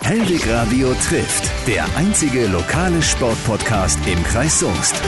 Hellwig Radio trifft, der einzige lokale Sportpodcast im Kreis Soest.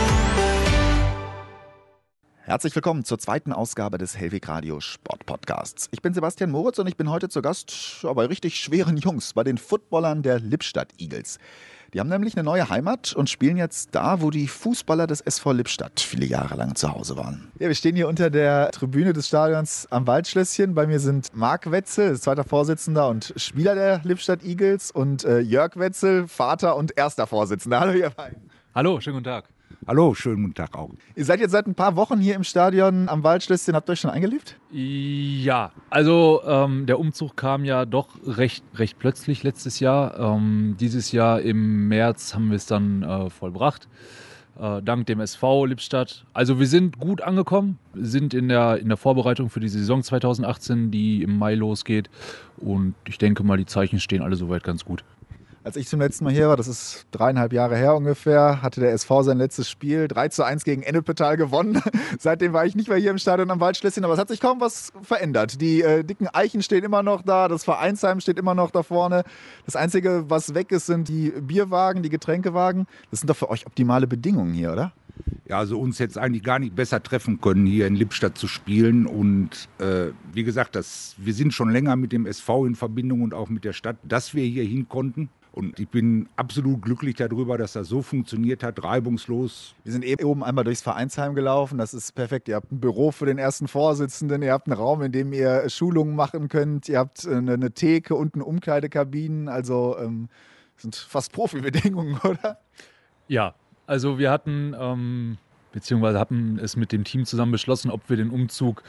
Herzlich willkommen zur zweiten Ausgabe des Hellwig Radio Sportpodcasts. Ich bin Sebastian Moritz und ich bin heute zu Gast bei richtig schweren Jungs, bei den Footballern der Lippstadt Eagles. Die haben nämlich eine neue Heimat und spielen jetzt da, wo die Fußballer des SV Lippstadt viele Jahre lang zu Hause waren. Ja, wir stehen hier unter der Tribüne des Stadions am Waldschlösschen. Bei mir sind Marc Wetzel, zweiter Vorsitzender und Spieler der Lippstadt Eagles, und Jörg Wetzel, Vater und erster Vorsitzender. Hallo ihr beiden. Hallo, schönen guten Tag. Hallo, schönen guten Tag auch. Ihr seid jetzt seit ein paar Wochen hier im Stadion am Waldschlösschen. Habt ihr euch schon eingelebt? Ja, also der Umzug kam ja doch recht plötzlich letztes Jahr. Dieses Jahr im März haben wir es dann vollbracht, dank dem SV Lippstadt. Also wir sind gut angekommen, sind in der Vorbereitung für die Saison 2018, die im Mai losgeht. Und ich denke mal, die Zeichen stehen alle soweit ganz gut. Als ich zum letzten Mal hier war, das ist 3,5 Jahre her ungefähr, hatte der SV sein letztes Spiel 3:1 gegen Ennepetal gewonnen. Seitdem war ich nicht mehr hier im Stadion am Waldschlösschen, aber es hat sich kaum was verändert. Die dicken Eichen stehen immer noch da, das Vereinsheim steht immer noch da vorne. Das Einzige, was weg ist, sind die Bierwagen, die Getränkewagen. Das sind doch für euch optimale Bedingungen hier, oder? Ja, also uns hätte es eigentlich gar nicht besser treffen können, hier in Lippstadt zu spielen. Und wie gesagt, wir sind schon länger mit dem SV in Verbindung und auch mit der Stadt, dass wir hier hin konnten. Und ich bin absolut glücklich darüber, dass das so funktioniert hat, reibungslos. Wir sind eben oben einmal durchs Vereinsheim gelaufen. Das ist perfekt. Ihr habt ein Büro für den ersten Vorsitzenden. Ihr habt einen Raum, in dem ihr Schulungen machen könnt. Ihr habt eine Theke und eine Umkleidekabinen. Also sind fast Profibedingungen, oder? Ja, also wir hatten, beziehungsweise hatten es mit dem Team zusammen beschlossen, ob wir den Umzug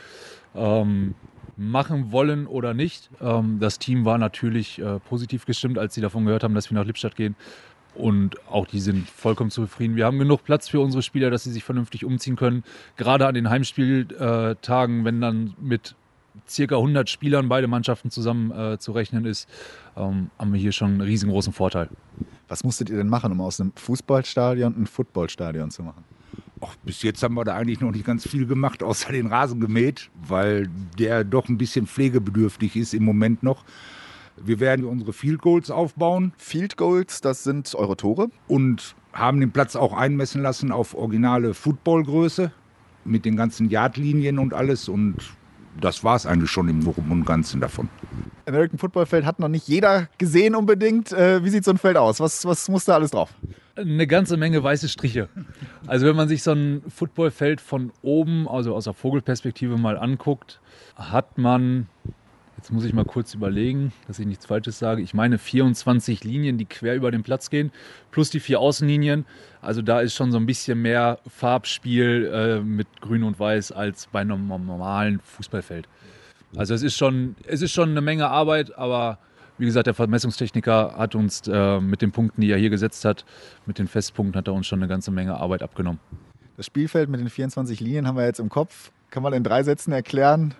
machen wollen oder nicht. Das Team war natürlich positiv gestimmt, als sie davon gehört haben, dass wir nach Lippstadt gehen. Und auch die sind vollkommen zufrieden. Wir haben genug Platz für unsere Spieler, dass sie sich vernünftig umziehen können. Gerade an den Heimspieltagen, wenn dann mit circa 100 Spielern beide Mannschaften zusammen zu rechnen ist, haben wir hier schon einen riesengroßen Vorteil. Was musstet ihr denn machen, um aus einem Fußballstadion ein Footballstadion zu machen? Ach, bis jetzt haben wir da eigentlich noch nicht ganz viel gemacht, außer den Rasen gemäht, weil der doch ein bisschen pflegebedürftig ist im Moment noch. Wir werden unsere Field Goals aufbauen. Field Goals, das sind eure Tore? Und haben den Platz auch einmessen lassen auf originale Footballgröße mit den ganzen Yardlinien und alles. Und das war es eigentlich schon im Groben und Ganzen davon. American Football Feld hat noch nicht jeder gesehen unbedingt. Wie sieht so ein Feld aus? Was muss da alles drauf? Eine ganze Menge weiße Striche. Also wenn man sich so ein Footballfeld von oben, also aus der Vogelperspektive mal anguckt, hat man, jetzt muss ich mal kurz überlegen, dass ich nichts Falsches sage, ich meine 24 Linien, die quer über den Platz gehen, plus die 4 Außenlinien. Also da ist schon so ein bisschen mehr Farbspiel mit Grün und Weiß als bei einem normalen Fußballfeld. Also es ist schon eine Menge Arbeit, aber wie gesagt, der Vermessungstechniker hat uns mit den Punkten, die er hier gesetzt hat, mit den Festpunkten, hat er uns schon eine ganze Menge Arbeit abgenommen. Das Spielfeld mit den 24 Linien haben wir jetzt im Kopf. Kann man in 3 Sätzen erklären,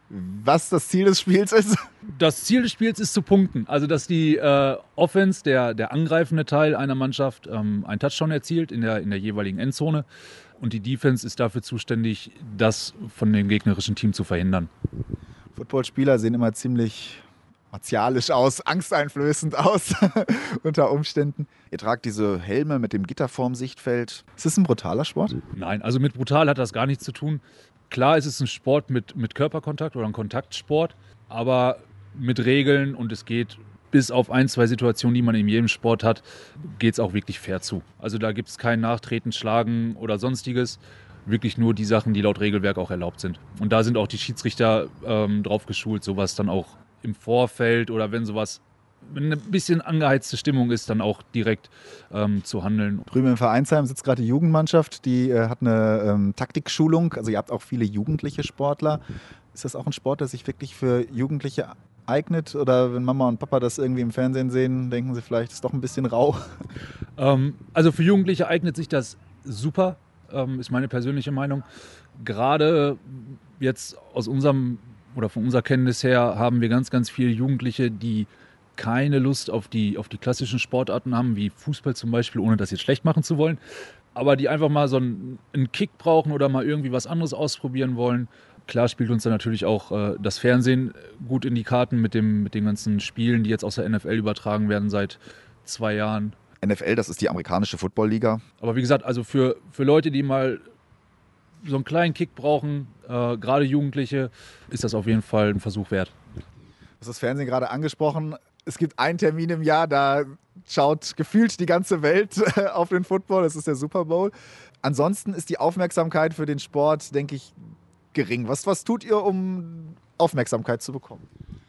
was das Ziel des Spiels ist? Das Ziel des Spiels ist zu punkten. Also dass die Offense, der angreifende Teil einer Mannschaft, einen Touchdown erzielt in der jeweiligen Endzone. Und die Defense ist dafür zuständig, das von dem gegnerischen Team zu verhindern. Footballspieler sehen immer ziemlich martialisch aus, angsteinflößend aus unter Umständen. Ihr tragt diese Helme mit dem Gitter vorm Sichtfeld. Ist das ein brutaler Sport? Nein, also mit brutal hat das gar nichts zu tun. Klar ist es ein Sport mit Körperkontakt oder ein Kontaktsport, aber mit Regeln, und es geht bis auf 1, 2 Situationen, die man in jedem Sport hat, geht es auch wirklich fair zu. Also da gibt es kein Nachtreten, Schlagen oder Sonstiges. Wirklich nur die Sachen, die laut Regelwerk auch erlaubt sind. Und da sind auch die Schiedsrichter drauf geschult, sowas dann auch im Vorfeld oder wenn eine bisschen angeheizte Stimmung ist, dann auch direkt zu handeln. Drüben im Vereinsheim sitzt gerade die Jugendmannschaft, die hat eine Taktikschulung. Also ihr habt auch viele jugendliche Sportler. Ist das auch ein Sport, der sich wirklich für Jugendliche eignet? Oder wenn Mama und Papa das irgendwie im Fernsehen sehen, denken sie vielleicht, das ist doch ein bisschen rau? Also für Jugendliche eignet sich das super, ist meine persönliche Meinung. Gerade jetzt aus unserem oder von unserer Kenntnis her haben wir ganz, ganz viele Jugendliche, die keine Lust auf die klassischen Sportarten haben, wie Fußball zum Beispiel, ohne das jetzt schlecht machen zu wollen, aber die einfach mal so einen Kick brauchen oder mal irgendwie was anderes ausprobieren wollen. Klar spielt uns dann natürlich auch das Fernsehen gut in die Karten mit den ganzen Spielen, die jetzt aus der NFL übertragen werden seit 2 Jahren. NFL, das ist die amerikanische Football-Liga. Aber wie gesagt, also für Leute, die mal so einen kleinen Kick brauchen, gerade Jugendliche, ist das auf jeden Fall ein Versuch wert. Du hast das Fernsehen gerade angesprochen. Es gibt einen Termin im Jahr, da schaut gefühlt die ganze Welt auf den Football. Das ist der Super Bowl. Ansonsten ist die Aufmerksamkeit für den Sport, denke ich, gering. Was tut ihr, um Aufmerksamkeit zu bekommen?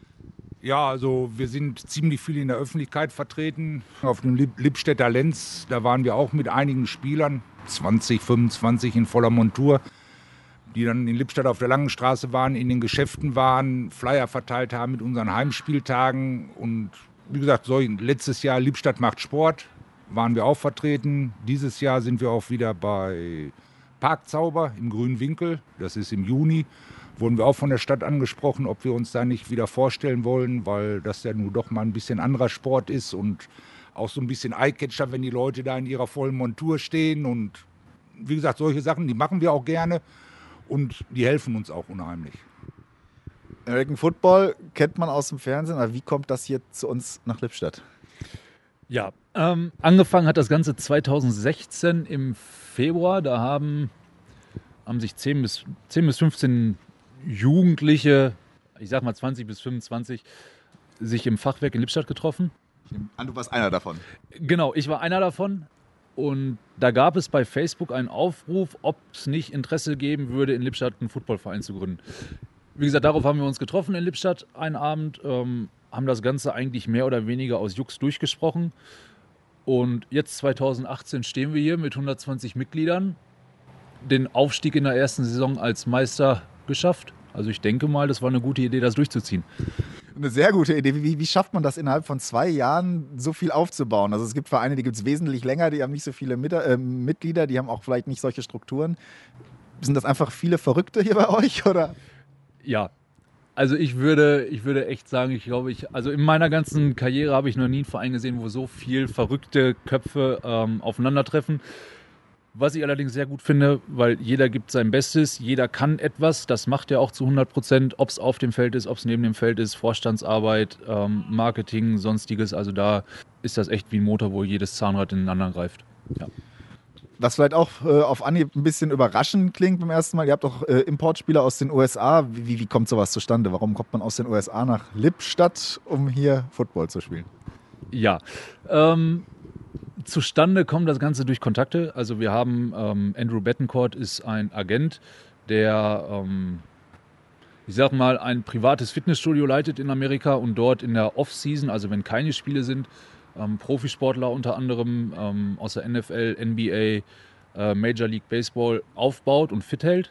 Ja, also wir sind ziemlich viel in der Öffentlichkeit vertreten. Auf dem Lippstädter Lenz, da waren wir auch mit einigen Spielern, 20, 25 in voller Montur, die dann in Lippstadt auf der Langenstraße waren, in den Geschäften waren, Flyer verteilt haben mit unseren Heimspieltagen. Und wie gesagt, letztes Jahr Lippstadt macht Sport, waren wir auch vertreten. Dieses Jahr sind wir auch wieder bei Parkzauber im Grünen Winkel, das ist im Juni. Wurden wir auch von der Stadt angesprochen, ob wir uns da nicht wieder vorstellen wollen, weil das ja nun doch mal ein bisschen anderer Sport ist und auch so ein bisschen Eyecatcher, wenn die Leute da in ihrer vollen Montur stehen. Und wie gesagt, solche Sachen, die machen wir auch gerne und die helfen uns auch unheimlich. American Football kennt man aus dem Fernsehen, aber wie kommt das hier zu uns nach Lippstadt? Ja, angefangen hat das Ganze 2016 im Februar. Da haben sich 10 bis 15 Jugendliche, ich sag mal 20 bis 25, sich im Fachwerk in Lippstadt getroffen. Ich nehme an, du warst einer davon. Genau, ich war einer davon. Und da gab es bei Facebook einen Aufruf, ob es nicht Interesse geben würde, in Lippstadt einen Footballverein zu gründen. Wie gesagt, darauf haben wir uns getroffen in Lippstadt einen Abend, haben das Ganze eigentlich mehr oder weniger aus Jux durchgesprochen. Und jetzt 2018 stehen wir hier mit 120 Mitgliedern. Den Aufstieg in der ersten Saison als Meister geschafft. Also ich denke mal, das war eine gute Idee, das durchzuziehen. Eine sehr gute Idee. Wie schafft man das innerhalb von 2 Jahren so viel aufzubauen? Also es gibt Vereine, die gibt es wesentlich länger, die haben nicht so viele Mitglieder, die haben auch vielleicht nicht solche Strukturen. Sind das einfach viele Verrückte hier bei euch, oder? Ja, also ich würde echt sagen, also in meiner ganzen Karriere habe ich noch nie einen Verein gesehen, wo so viel verrückte Köpfe aufeinandertreffen. Was ich allerdings sehr gut finde, weil jeder gibt sein Bestes, jeder kann etwas, das macht er auch zu 100%, ob es auf dem Feld ist, ob es neben dem Feld ist, Vorstandsarbeit, Marketing, sonstiges. Also da ist das echt wie ein Motor, wo jedes Zahnrad in den anderen greift. Ja. Was vielleicht auch auf Anhieb ein bisschen überraschend klingt beim ersten Mal, ihr habt auch Importspieler aus den USA. Wie kommt sowas zustande? Warum kommt man aus den USA nach Lippstadt, um hier Football zu spielen? Ja, zustande kommt das Ganze durch Kontakte. Also wir haben, Andrew Bettencourt ist ein Agent, der, ich sag mal, ein privates Fitnessstudio leitet in Amerika und dort in der Off-Season, also wenn keine Spiele sind, Profisportler unter anderem aus der NFL, NBA, Major League Baseball aufbaut und fit hält.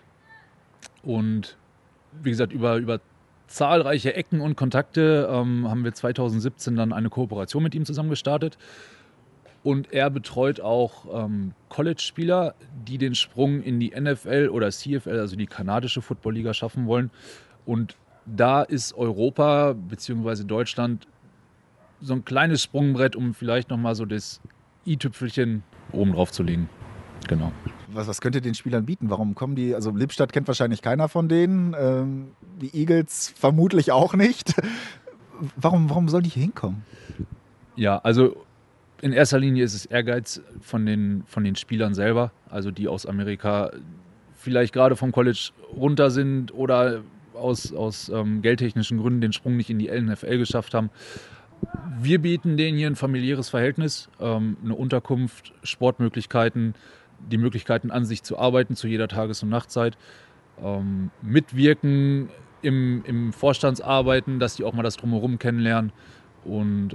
Und wie gesagt, über zahlreiche Ecken und Kontakte haben wir 2017 dann eine Kooperation mit ihm zusammen gestartet. Und er betreut auch College-Spieler, die den Sprung in die NFL oder CFL, also die kanadische Football-Liga, schaffen wollen. Und da ist Europa bzw. Deutschland so ein kleines Sprungbrett, um vielleicht nochmal so das i-Tüpfelchen oben drauf zu legen. Genau. Was könnt ihr den Spielern bieten? Warum kommen die? Also Lippstadt kennt wahrscheinlich keiner von denen. Die Eagles vermutlich auch nicht. Warum sollen die hier hinkommen? Ja, also in erster Linie ist es Ehrgeiz von den Spielern selber, also die aus Amerika vielleicht gerade vom College runter sind oder aus geldtechnischen Gründen den Sprung nicht in die NFL geschafft haben. Wir bieten denen hier ein familiäres Verhältnis, eine Unterkunft, Sportmöglichkeiten, die Möglichkeiten an sich zu arbeiten zu jeder Tages- und Nachtzeit, mitwirken im Vorstandsarbeiten, dass die auch mal das Drumherum kennenlernen und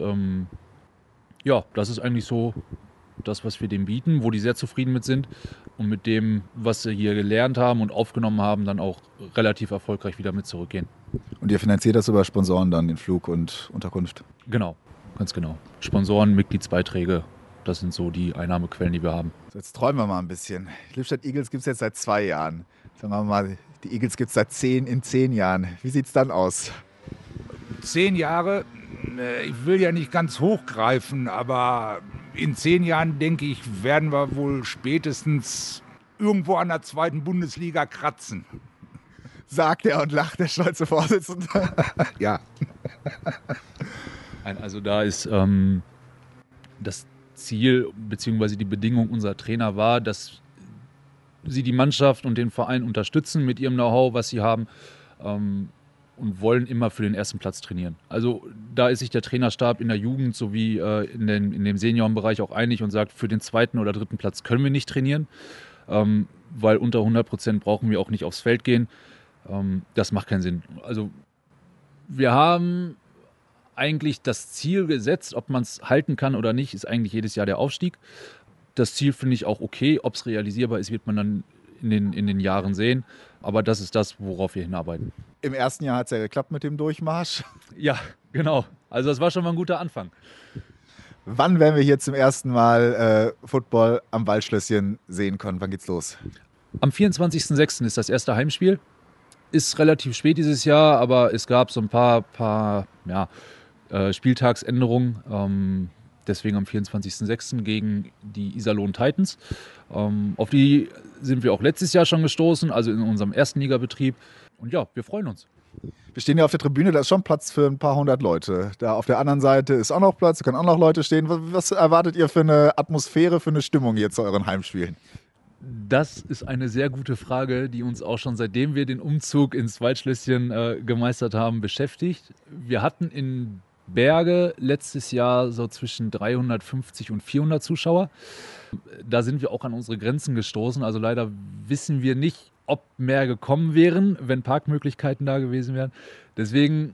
ja, das ist eigentlich so das, was wir denen bieten, wo die sehr zufrieden mit sind und mit dem, was sie hier gelernt haben und aufgenommen haben, dann auch relativ erfolgreich wieder mit zurückgehen. Und ihr finanziert das über Sponsoren dann, den Flug und Unterkunft? Genau, ganz genau. Sponsoren, Mitgliedsbeiträge, das sind so die Einnahmequellen, die wir haben. So, jetzt träumen wir mal ein bisschen. Lippstadt Eagles gibt es jetzt seit 2 Jahren. Sagen wir mal, die Eagles gibt es seit 10 Jahren. Wie sieht es dann aus? 10 Jahre, ich will ja nicht ganz hochgreifen, aber in 10 Jahren, denke ich, werden wir wohl spätestens irgendwo an der 2. Bundesliga kratzen. sagt er und lacht, der stolze Vorsitzende. Ja. Also da ist das Ziel bzw. die Bedingung unserer Trainer war, dass sie die Mannschaft und den Verein unterstützen mit ihrem Know-how, was sie haben, und wollen immer für den ersten Platz trainieren. Also da ist sich der Trainerstab in der Jugend sowie in dem Seniorenbereich auch einig und sagt, für den 2. oder 3. Platz können wir nicht trainieren, weil unter 100% brauchen wir auch nicht aufs Feld gehen. Das macht keinen Sinn. Also wir haben eigentlich das Ziel gesetzt, ob man es halten kann oder nicht, ist eigentlich jedes Jahr der Aufstieg. Das Ziel finde ich auch okay. Ob es realisierbar ist, wird man dann in den Jahren sehen. Aber das ist das, worauf wir hinarbeiten. Im ersten Jahr hat es ja geklappt mit dem Durchmarsch. Ja, genau. Also das war schon mal ein guter Anfang. Wann werden wir hier zum ersten Mal Football am Waldschlösschen sehen können? Wann geht's los? Am 24.06. ist das erste Heimspiel. Ist relativ spät dieses Jahr, aber es gab so ein paar Spieltagsänderungen. Deswegen am 24.06. gegen die Iserlohn Titans. Auf die sind wir auch letztes Jahr schon gestoßen, also in unserem ersten Ligabetrieb. Und ja, wir freuen uns. Wir stehen hier auf der Tribüne, da ist schon Platz für ein paar hundert Leute. Da auf der anderen Seite ist auch noch Platz, da können auch noch Leute stehen. Was erwartet ihr für eine Atmosphäre, für eine Stimmung hier zu euren Heimspielen? Das ist eine sehr gute Frage, die uns auch schon seitdem wir den Umzug ins Waldschlösschen gemeistert haben, beschäftigt. Wir hatten in Berge letztes Jahr so zwischen 350 und 400 Zuschauer. Da sind wir auch an unsere Grenzen gestoßen. Also leider wissen wir nicht, ob mehr gekommen wären, wenn Parkmöglichkeiten da gewesen wären. Deswegen,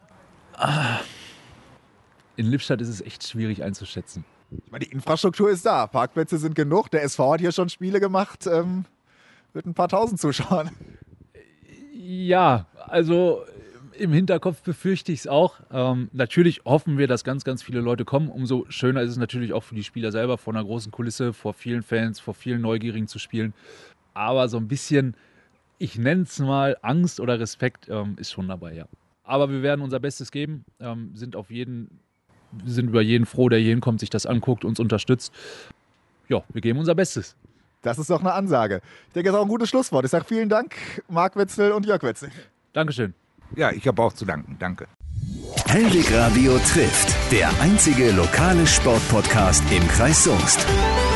in Lippstadt ist es echt schwierig einzuschätzen. Ich meine, die Infrastruktur ist da, Parkplätze sind genug. Der SV hat hier schon Spiele gemacht mit ein paar tausend Zuschauern. Ja, also im Hinterkopf befürchte ich es auch. Natürlich hoffen wir, dass ganz, ganz viele Leute kommen. Umso schöner ist es natürlich auch für die Spieler selber, vor einer großen Kulisse, vor vielen Fans, vor vielen Neugierigen zu spielen. Aber so ein bisschen, ich nenne es mal Angst oder Respekt, ist schon dabei, ja. Aber wir werden unser Bestes geben, sind über jeden froh, der hier hinkommt, sich das anguckt, uns unterstützt. Ja, wir geben unser Bestes. Das ist doch eine Ansage. Ich denke, das ist auch ein gutes Schlusswort. Ich sage vielen Dank, Marc Wetzel und Jörg Wetzel. Dankeschön. Ja, ich habe auch zu danken. Danke. Hellwig Radio trifft, der einzige lokale Sportpodcast im Kreis Soest.